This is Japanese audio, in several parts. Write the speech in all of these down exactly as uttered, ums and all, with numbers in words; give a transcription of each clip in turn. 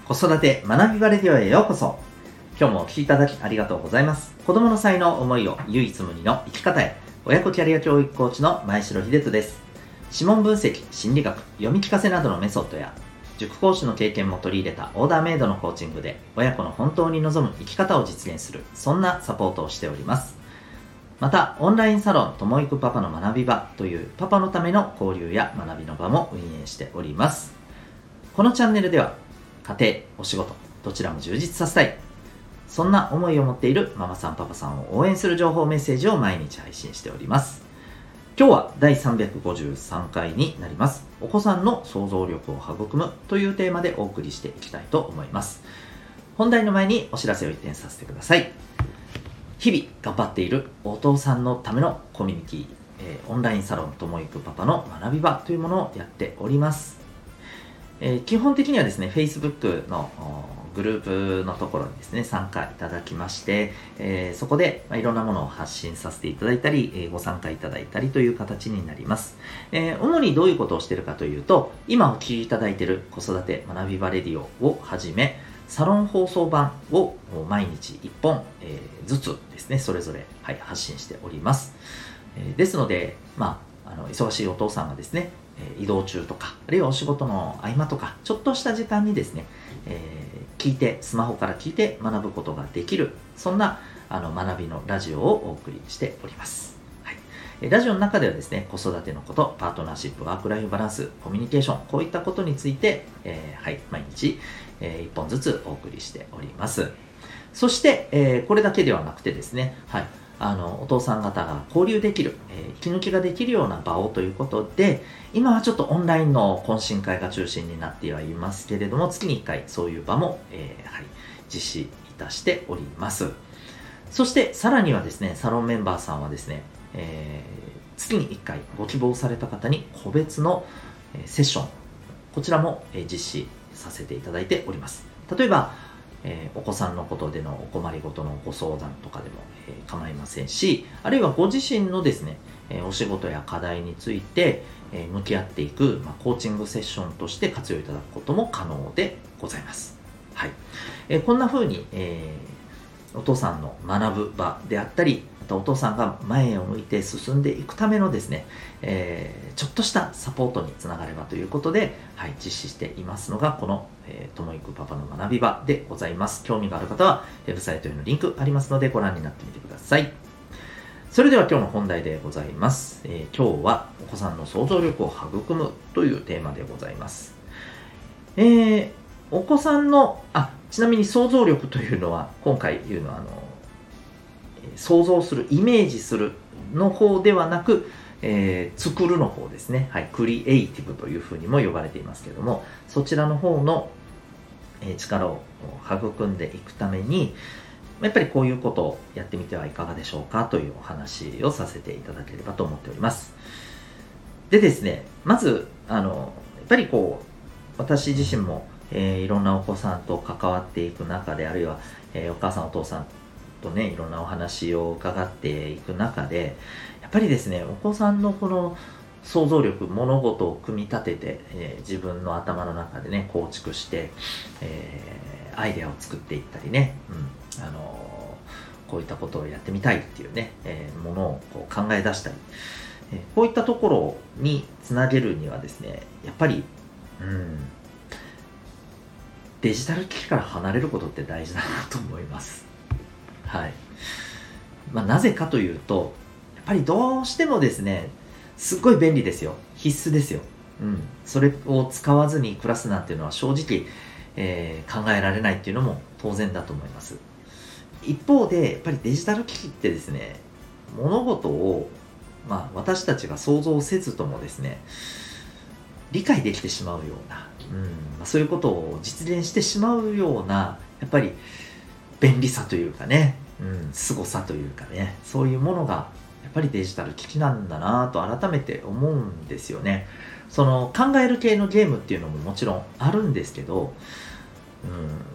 子育て学びバレディオへようこそ。今日もお聞きいただきありがとうございます。子供の才能思いを唯一無二の生き方へ、親子キャリア教育コーチの前城秀人です。指紋分析、心理学、読み聞かせなどのメソッドや塾講師の経験も取り入れたオーダーメイドのコーチングで親子の本当に望む生き方を実現する、そんなサポートをしております。またオンラインサロンともいくパパの学び場というパパのための交流や学びの場も運営しております。このチャンネルでは家庭、お仕事どちらも充実させたい、そんな思いを持っているママさんパパさんを応援する情報メッセージを毎日配信しております。今日はだいさんびゃくごじゅうさんかいになります。お子さんの想像力を育むというテーマでお送りしていきたいと思います。本題の前にお知らせを一点させてください。日々頑張っているお父さんのためのコミュニティ、えー、オンラインサロンともいくパパの学び場というものをやっております。えー、基本的にはですね Facebook のグループのところにですね参加いただきまして、えー、そこで、まあ、いろんなものを発信させていただいたり、えー、ご参加いただいたりという形になります。えー、主にどういうことをしているかというと、今お聞きいただいている子育て学びバレディオをはじめサロン放送版を毎日いっぽん、えー、ずつですねそれぞれ、はい、発信しております。えー、ですので、まあ、あの忙しいお父さんがですね移動中とか、あるいはお仕事の合間とか、ちょっとした時間にですね、えー、聞いて、スマホから聞いて学ぶことができる、そんなあの学びのラジオをお送りしております。はい、ラジオの中ではですね、子育てのこと、パートナーシップ、ワークライフバランス、コミュニケーション、こういったことについて、えー、はい、毎日、えー、いっぽんずつお送りしております。そして、えー、これだけではなくてですね、はい、あのお父さん方が交流できる、えー、息抜きができるような場をということで、今はちょっとオンラインの懇親会が中心になってはいますけれども、月にいっかいそういう場も、えーはい、実施いたしております。そしてさらにはですね、サロンメンバーさんはですね、えー、月にいっかいご希望された方に個別の、えー、セッション、こちらも、えー、実施させていただいております。例えばえー、お子さんのことでのお困りごとのご相談とかでも、えー、構いませんし、あるいはご自身のですね、えー、お仕事や課題について、えー、向き合っていく、まあ、コーチングセッションとして活用いただくことも可能でございます。はい。えー、こんな風に、えー、お父さんの学ぶ場であったり、またお父さんが前を向いて進んでいくためのですね、えー、ちょっとしたサポートにつながればということで、はい、実施していますのが、このえー、ともいくパパの学び場でございます。興味がある方はウェブサイトへのリンクありますのでご覧になってみてください。それでは今日の本題でございます。えー、今日はお子さんの想像力を育むというテーマでございます。えー、お子さんのあちなみに想像力というのは今回言うのはあの想像する、イメージするの方ではなく、えー、作るの方ですね。はい、クリエイティブというふうにも呼ばれていますけれども、そちらの方の力を育んでいくために、やっぱりこういうことをやってみてはいかがでしょうかというお話をさせていただければと思っております。でですね、まずあのやっぱりこう私自身も、えー、いろんなお子さんと関わっていく中で、あるいは、えー、お母さんお父さんとねいろんなお話を伺っていく中で、やっぱりですねお子さんのこの想像力、物事を組み立てて、えー、自分の頭の中でね構築して、えー、アイデアを作っていったりね、うんあのー、こういったことをやってみたいっていうね、えー、ものをこう考え出したり、えー、こういったところにつなげるにはですね、やっぱり、うん、デジタル機器から離れることって大事だなと思います。はい。まあ、なぜかというと、やっぱりどうしてもですね、すっごい便利ですよ。必須ですよ。うん。それを使わずに暮らすなんていうのは正直、えー、考えられないっていうのも当然だと思います。一方で、やっぱりデジタル機器ってですね、物事を、まあ、私たちが想像せずともですね、理解できてしまうような、うんまあ、そういうことを実現してしまうような、やっぱり便利さというかね、うん、凄さというかね、そういうものがやっぱりデジタル機器なんだなと改めて思うんですよね。その考える系のゲームっていうのももちろんあるんですけど、うん、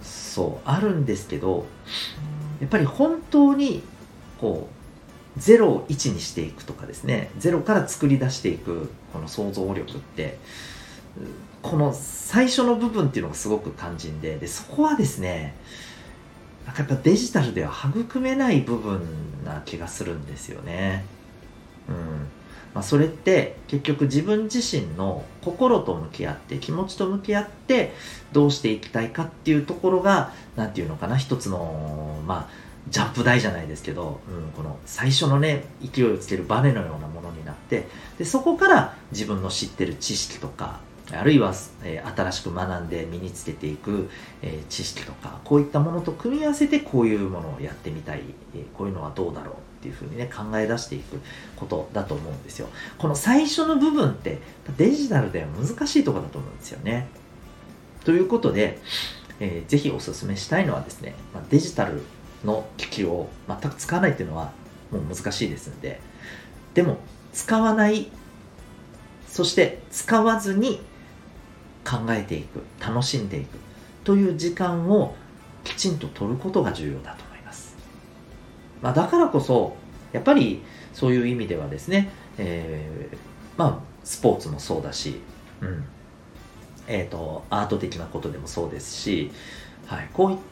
そうあるんですけど、やっぱり本当にこうゼロをいちにしていくとかですね、ゼロから作り出していくこの想像力ってこの最初の部分っていうのがすごく肝心で、で、そこはですね、なんかやっぱデジタルでは育めない部分な気がするんですよね。うん。まあ、それって結局自分自身の心と向き合って気持ちと向き合ってどうしていきたいかっていうところが、なんていうのかな、一つの、まあ、ジャンプ台じゃないですけど、うん、この最初のね、勢いをつけるバネのようなものになって、で、そこから自分の知ってる知識とか、あるいは、えー新しく学んで身につけていく、えー知識とか、こういったものと組み合わせてこういうものをやってみたい、えーこういうのはどうだろうっていうふうにね、考え出していくことだと思うんですよ。この最初の部分ってデジタルでは難しいところだと思うんですよね。ということで、えーぜひお勧めしたいのはですね、まあ、デジタルの機器を全く使わないっていうのはもう難しいですので、でも使わない、そして使わずに考えていく、楽しんでいくという時間をきちんと取ることが重要だと思います。まあ、だからこそ、やっぱりそういう意味ではですね、えーまあ、スポーツもそうだし、うんえーと、アート的なことでもそうですし、はい、こういった、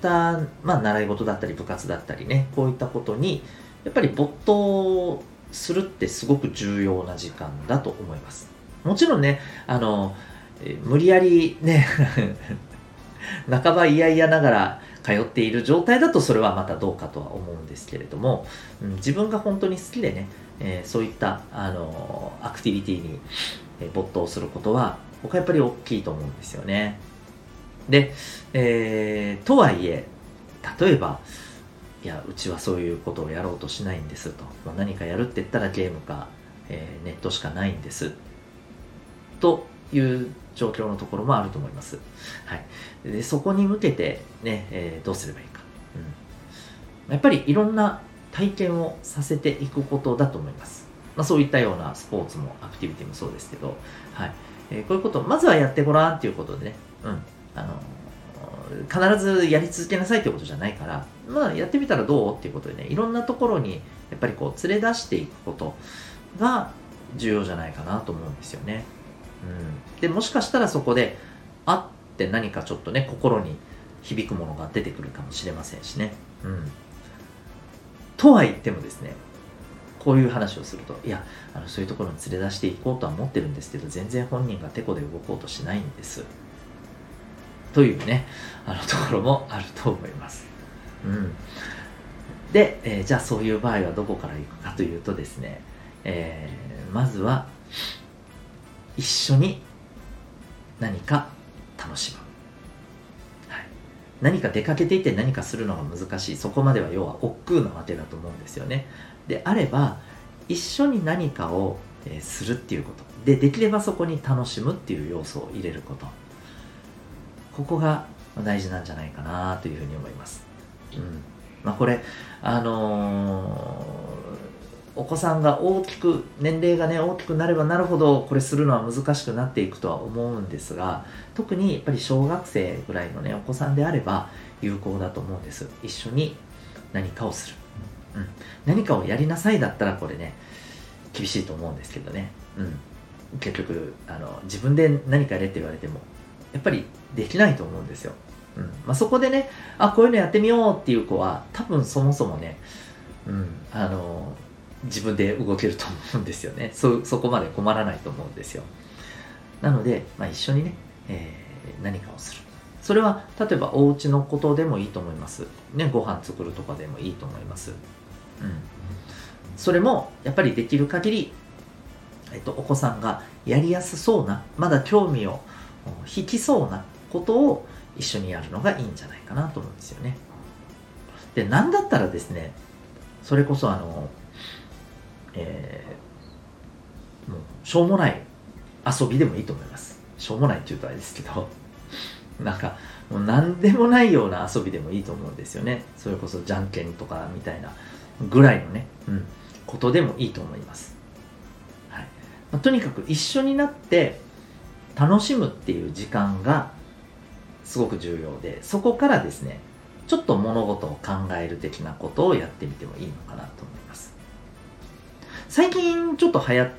まあ、習い事だったり部活だったりね、こういったことにやっぱり没頭するってすごく重要な時間だと思います。もちろんね、あの、えー無理やりね半ば嫌々ながら通っている状態だとそれはまたどうかとは思うんですけれども、うん、自分が本当に好きでね、えーそういったあのアクティビティにえー没頭することは僕はやっぱり大きいと思うんですよね。で、えーとはいえ、例えば、いや、うちはそういうことをやろうとしないんですと。もう何かやるって言ったらゲームか、えーネットしかないんです。という状況のところもあると思います。はい。で、そこに向けてね、えーどうすればいいか。うん。やっぱりいろんな体験をさせていくことだと思います。まあ、そういったようなスポーツもアクティビティもそうですけど、はい。えーこういうことをまずはやってごらんっていうことでね、うん。あの必ずやり続けなさいってことじゃないから、まあやってみたらどうっていうことでね、いろんなところにやっぱりこう連れ出していくことが重要じゃないかなと思うんですよね。うん、でもしかしたらそこであって何かちょっとね心に響くものが出てくるかもしれませんしね。うん、とは言ってもですね、こういう話をすると、いやあのそういうところに連れ出していこうとは思ってるんですけど、全然本人がてこで動こうとしないんですというね、あのところもあると思います。うん、で、えーじゃあそういう場合はどこから行くかというとですね、えーまずは一緒に何か楽しむ、はい、何か出かけていて何かするのが難しい、そこまでは要は億劫なわけだと思うんですよね。であれば一緒に何かを、えーするっていうことで、できればそこに楽しむっていう要素を入れること、ここが大事なんじゃないかなというふうに思います。うんまあ、これあのーお子さんが大きく、年齢がね、大きくなればなるほど、これするのは難しくなっていくとは思うんですが、特にやっぱり小学生ぐらいのね、お子さんであれば有効だと思うんです。一緒に何かをする。うん。何かをやりなさいだったらこれね、厳しいと思うんですけどね。うん。結局、あの、自分で何かやれって言われても、やっぱりできないと思うんですよ。うん。まあ、そこでね、あ、こういうのやってみようっていう子は、多分そもそもね、うん、あの、自分で動けると思うんですよね。そ、そこまで困らないと思うんですよ。なので、まあ、一緒にね、えー何かをする。それは、例えばお家のことでもいいと思います。ね、ご飯作るとかでもいいと思います。うん。それも、やっぱりできる限り、えっと、お子さんがやりやすそうな、まだ興味を引きそうなことを一緒にやるのがいいんじゃないかなと思うんですよね。で、なんだったらですね、それこそあの、えーもうしょうもない遊びでもいいと思います。しょうもないって言うとあれですけど、なんかもう何でもないような遊びでもいいと思うんですよね。それこそじゃんけんとかみたいなぐらいのね、うん、ことでもいいと思います。はい。まあ、とにかく一緒になって楽しむっていう時間がすごく重要で、そこからですね、ちょっと物事を考える的なことをやってみてもいいのかなと思います。最近ちょっと流行っ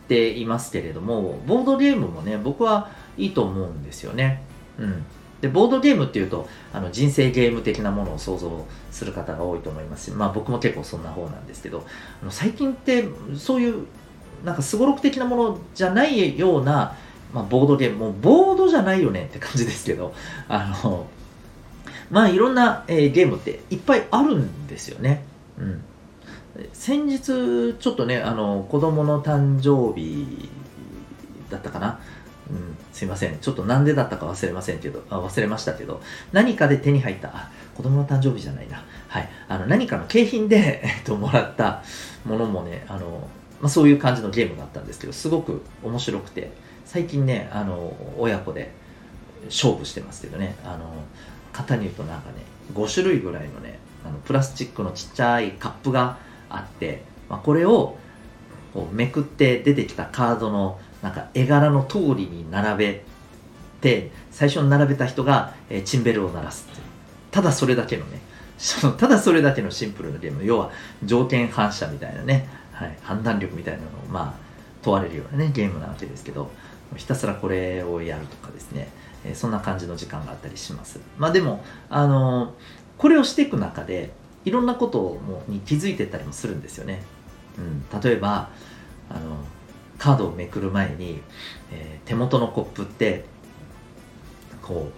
っていますけれども、ボードゲームもね、僕はいいと思うんですよね。うん。で、ボードゲームっていうと、あの人生ゲーム的なものを想像する方が多いと思いますし、まあ僕も結構そんな方なんですけど、あの最近ってそういうなんかすごろく的なものじゃないような、まあ、ボードゲーム、もうボードじゃないよねって感じですけど、あの、まあいろんな、えーゲームっていっぱいあるんですよね。うん。先日、ちょっとね、あの、子供の誕生日だったかな。うん、すいません。ちょっとなんでだったか忘れませんけど、あ忘れましたけど、何かで手に入った、あ、子供の誕生日じゃないな。はい。あの、何かの景品で、えっと、もらったものもね、あの、まあ、そういう感じのゲームがあったんですけど、すごく面白くて、最近ね、あの、親子で勝負してますけどね、あの、型に言うとなんかね、ご種類ぐらいのね、あのプラスチックのちっちゃいカップがあって、まあ、これをこうめくって出てきたカードのなんか絵柄の通りに並べて、最初に並べた人が、えーチンベルを鳴らすっていう。ただそれだけのね、そのただそれだけのシンプルなゲーム、要は条件反射みたいなね、はい、判断力みたいなのをまあ問われるようなね、ゲームなわけですけど、ひたすらこれをやるとかですね、えーそんな感じの時間があったりします。まあでも、あのーこれをしていく中で、いろんなこともに気づいていったりもするんですよね。うん、例えば、あの、カードをめくる前に、えー手元のコップって、こ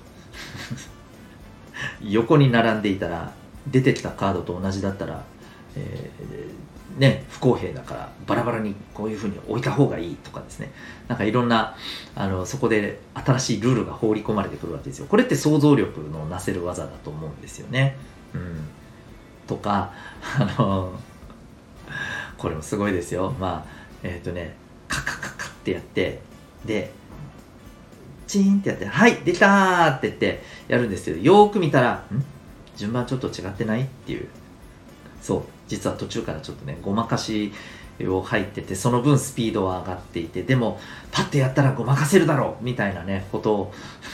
う、横に並んでいたら、出てきたカードと同じだったら、えーね、不公平だからバラバラにこういうふうに置いた方がいいとかですね、なんかいろんなあのそこで新しいルールが放り込まれてくるわけですよ。これって想像力のなせる技だと思うんですよね。うん、とかあのこれもすごいですよ。まあえっ、とねカカカカってやってでチーンってやってはいできたーって言ってやるんですけど、よーく見たらん順番ちょっと違ってないっていう。そう実は途中からちょっとねごまかしを入ってて、その分スピードは上がっていて、でもパッてやったらごまかせるだろうみたいなねことを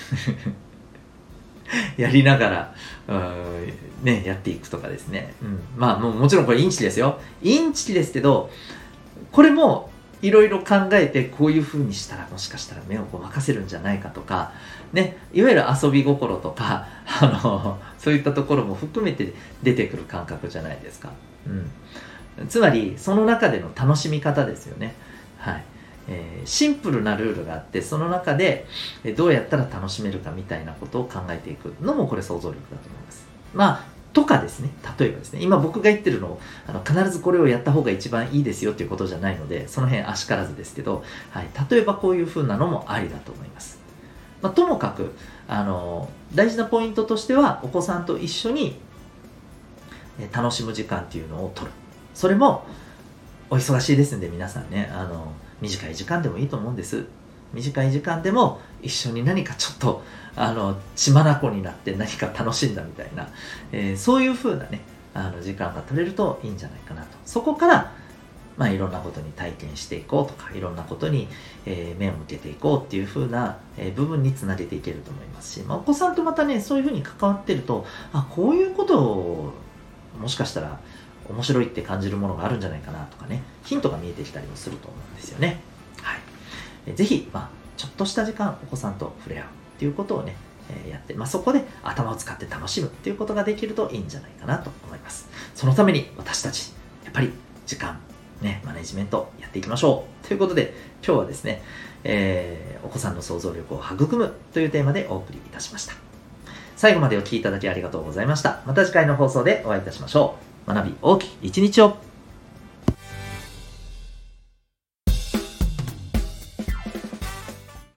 やりながらうんねやっていくとかですね、うん、まあもうもちろんこれインチキですよ、インチキですけど、これもいろいろ考えてこういう風にしたらもしかしたら目をごまかせるんじゃないかとかね、いわゆる遊び心とかあのそういったところも含めて出てくる感覚じゃないですか。うん、つまりその中での楽しみ方ですよね。はい、えーシンプルなルールがあって、その中でえーどうやったら楽しめるかみたいなことを考えていくのもこれ想像力だと思います。まあとかですね、例えばですね、今僕が言ってるのをあの必ずこれをやった方が一番いいですよっていうことじゃないので、その辺あしからずですけど、はい、例えばこういう風なのもありだと思います。まあ、ともかくあの大事なポイントとしては、お子さんと一緒にえ楽しむ時間っていうのを取る。それもお忙しいですんで、皆さんね、あの短い時間でもいいと思うんです。短い時間でも一緒に何かちょっとあの血眼になって何か楽しんだみたいな、えーそういう風なねあの時間が取れるといいんじゃないかなと。そこからまあいろんなことに体験していこうとか、いろんなことに、えー目を向けていこうっていう風な、えー部分につなげていけると思いますし、まあ、お子さんとまたねそういう風に関わってると、あこういうことをもしかしたら面白いって感じるものがあるんじゃないかなとかね、ヒントが見えてきたりもすると思うんですよね。はい。えぜひ、まあ、ちょっとした時間お子さんと触れ合うっていうことをね、えーやって、まあ、そこで頭を使って楽しむっていうことができるといいんじゃないかなと思います。そのために私たちやっぱり時間ねマネジメントやっていきましょうということで、今日はですね、えーお子さんの想像力を育むというテーマでお送りいたしました。最後までお聞きいただきありがとうございました。また次回の放送でお会いいたしましょう。学び大きい一日を。